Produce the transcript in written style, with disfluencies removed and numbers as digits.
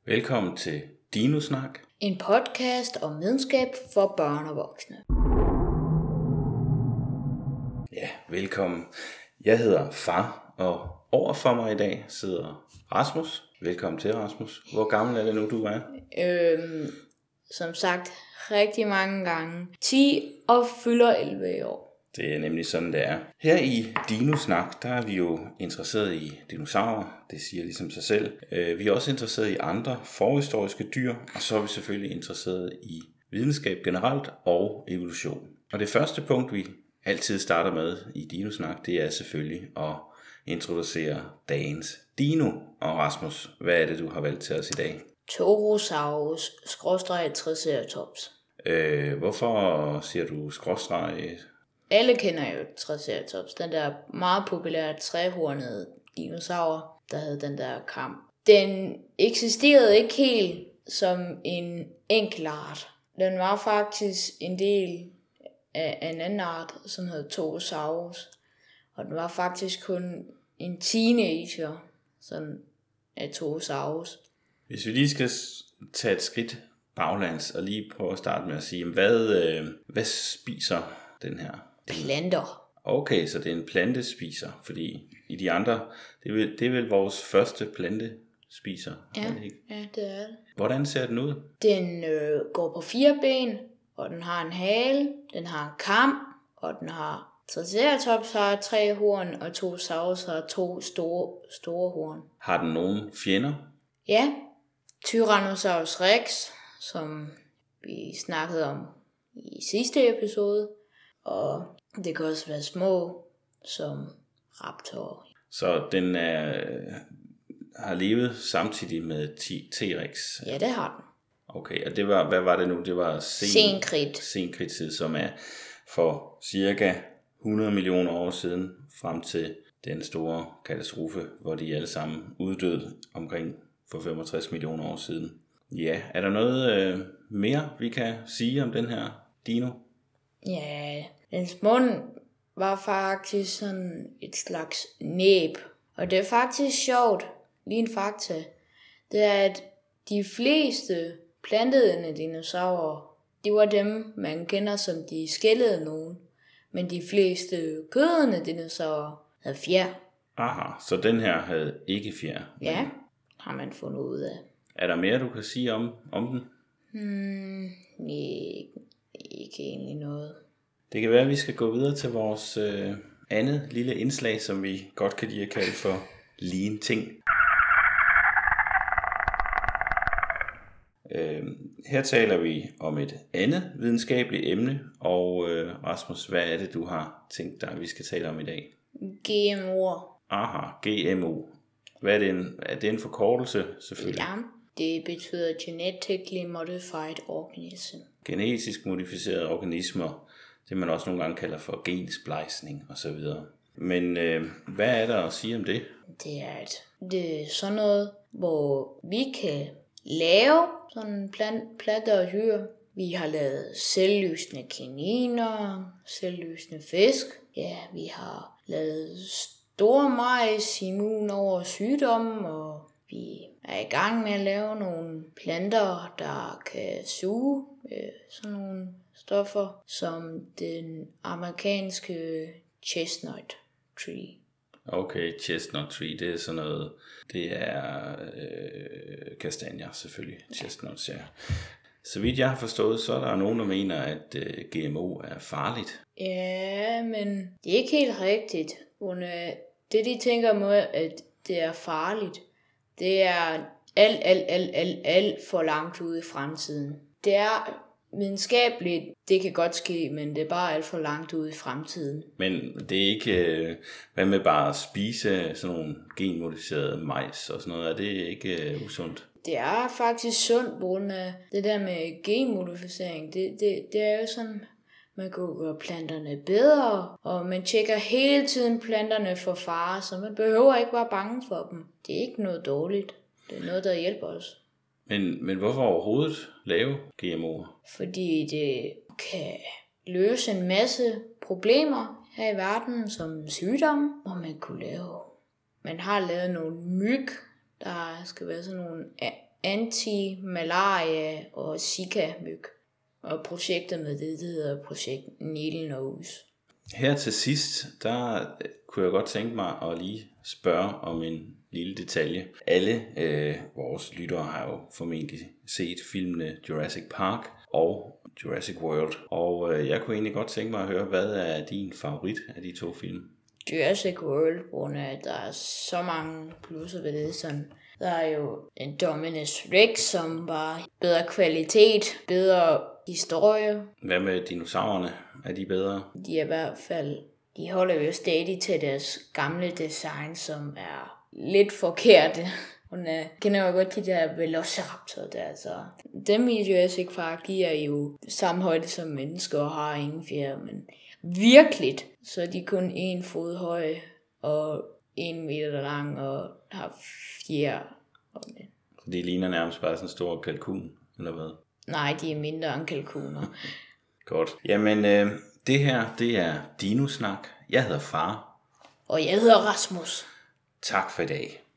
Velkommen til Dinosnak. En podcast om videnskab for børn og voksne. Ja, velkommen. Jeg hedder Far, og overfor mig i dag sidder Rasmus. Velkommen til, Rasmus. Hvor gammel er det nu, du er? Som sagt, rigtig mange gange. 10 og fylder 11 år. Det er nemlig sådan, det er. Her i Dinosnak, der er vi jo interesseret i dinosaurer. Det siger ligesom sig selv. Vi er også interesseret i andre forhistoriske dyr, og så er vi selvfølgelig interesseret i videnskab generelt og evolution. Og det første punkt, vi altid starter med i Dinosnak, det er selvfølgelig at introducere dagens dino. Og Rasmus, hvad er det, du har valgt til os i dag? Torosaurus / Triceratops. Hvorfor siger du skråstreg? Alle kender jo Triceratops, den der meget populære trehornede dinosaur, der havde den der kam. Den eksisterede ikke helt som en enkelt art. Den var faktisk en del af en anden art, som hed Torosaurus. Og den var faktisk kun en teenager sådan af Torosaurus. Hvis vi lige skal tage et skridt baglands og lige prøve at starte med at sige, hvad spiser den her? Planter. Okay, så det er en plantespiser, fordi i de andre, det er vel vores første plantespiser. Ja, det er det. Hvordan ser den ud? Den går på 4 ben, og den har en hale, den har en kam, og den har Triceratops har 3 horn, og Torosaurus har 2 store horn. Har den nogen fjender? Ja, Tyrannosaurus rex, som vi snakkede om i sidste episode, og det kan også være små, som raptor. Så den har levet samtidig med T-rex? Ja, det har den. Okay, og det var, hvad var det nu? Det var senkridtid, som er for cirka 100 millioner år siden, frem til den store katastrofe, hvor de alle sammen uddøde omkring for 65 millioner år siden. Ja, er der noget mere, vi kan sige om den her dino? Ja, dens mund var faktisk sådan et slags næb. Og det er faktisk sjovt, lige en fakta, det er, at de fleste planteædende dinosaurer, det var dem, man kender som de skællede nogen. Men de fleste kødende dinosaurer havde fjer. Aha, så den her havde ikke fjer? Ja, har man fundet ud af. Er der mere, du kan sige om den? Nej, ikke egentlig noget. Det kan være, at vi skal gå videre til vores andet lille indslag, som vi godt kan lide at kalde for lige en ting. Her taler vi om et andet videnskabeligt emne, og Rasmus, hvad er det, du har tænkt dig, vi skal tale om i dag? GMO'er. Aha, GMO. Hvad er det er det en forkortelse, selvfølgelig? Ja, det betyder Genetically Modified Organism. Genetisk modificerede organismer, det man også nogle gange kalder for gensplejsning osv. Men hvad er der at sige om det? Det er sådan noget, hvor vi kan lave sådan planter og dyr. Vi har lavet selvlysende kaniner, selvlysende fisk. Ja, vi har lavet store majs immun over sygdomme, og vi er i gang med at lave nogle planter, der kan suge sådan nogle stoffer, som den amerikanske chestnut tree. Okay, chestnut tree, det er sådan noget, det er kastanjer selvfølgelig, chestnuts, ja. Så vidt jeg har forstået, så er der nogen, der mener, at GMO er farligt. Ja, men det er ikke helt rigtigt. Det de tænker med, at det er farligt, det er alt for langt ude i fremtiden. Det er videnskabeligt, det kan godt ske, men det er bare alt for langt ude i fremtiden. Men det er ikke, hvad med bare at spise sådan nogle genmodificerede majs og sådan noget, er det ikke usundt? Det er faktisk sundt, på grund af det der med genmodificering. Det er jo sådan, man kan gøre planterne bedre, og man tjekker hele tiden planterne for fare, så man behøver ikke være bange for dem. Det er ikke noget dårligt. Det er noget, der hjælper os. Men hvorfor overhovedet lave GMO'er? Fordi det kan løse en masse problemer her i verden, som sygdomme, og man har lavet nogle myg, der skal være sådan nogle anti-malaria og Zika-myg. Og projektet med det hedder projekt Needle Nose. Her til sidst, der kunne jeg godt tænke mig at lige spørge om en lille detalje. Alle vores lyttere har jo formentlig set filmene Jurassic Park og Jurassic World. Og jeg kunne egentlig godt tænke mig at høre, hvad er din favorit af de 2 film? Jurassic World, hvor der er så mange plusser ved det. Sådan. Der er jo en Dominus Rex, som var bedre kvalitet, bedre historie. Hvad med dinosaurerne? Er de bedre? De er i hvert fald, de holder jo stadig til deres gamle design, som er lidt forkerte. Hun kender jo godt de der Velociraptor der, så dem i Jurassic Park, de er jo samme højde som mennesker og har ingen fjer, men virkelig, så er de kun 1 fod høje og 1 meter lang og har fjer. Så de ligner nærmest bare sådan en stor kalkun, eller hvad? Nej, de er mindre end kalkuner. Godt. Jamen, det her, det er Dinosnak. Jeg hedder Far. Og jeg hedder Rasmus. Tak for i dag.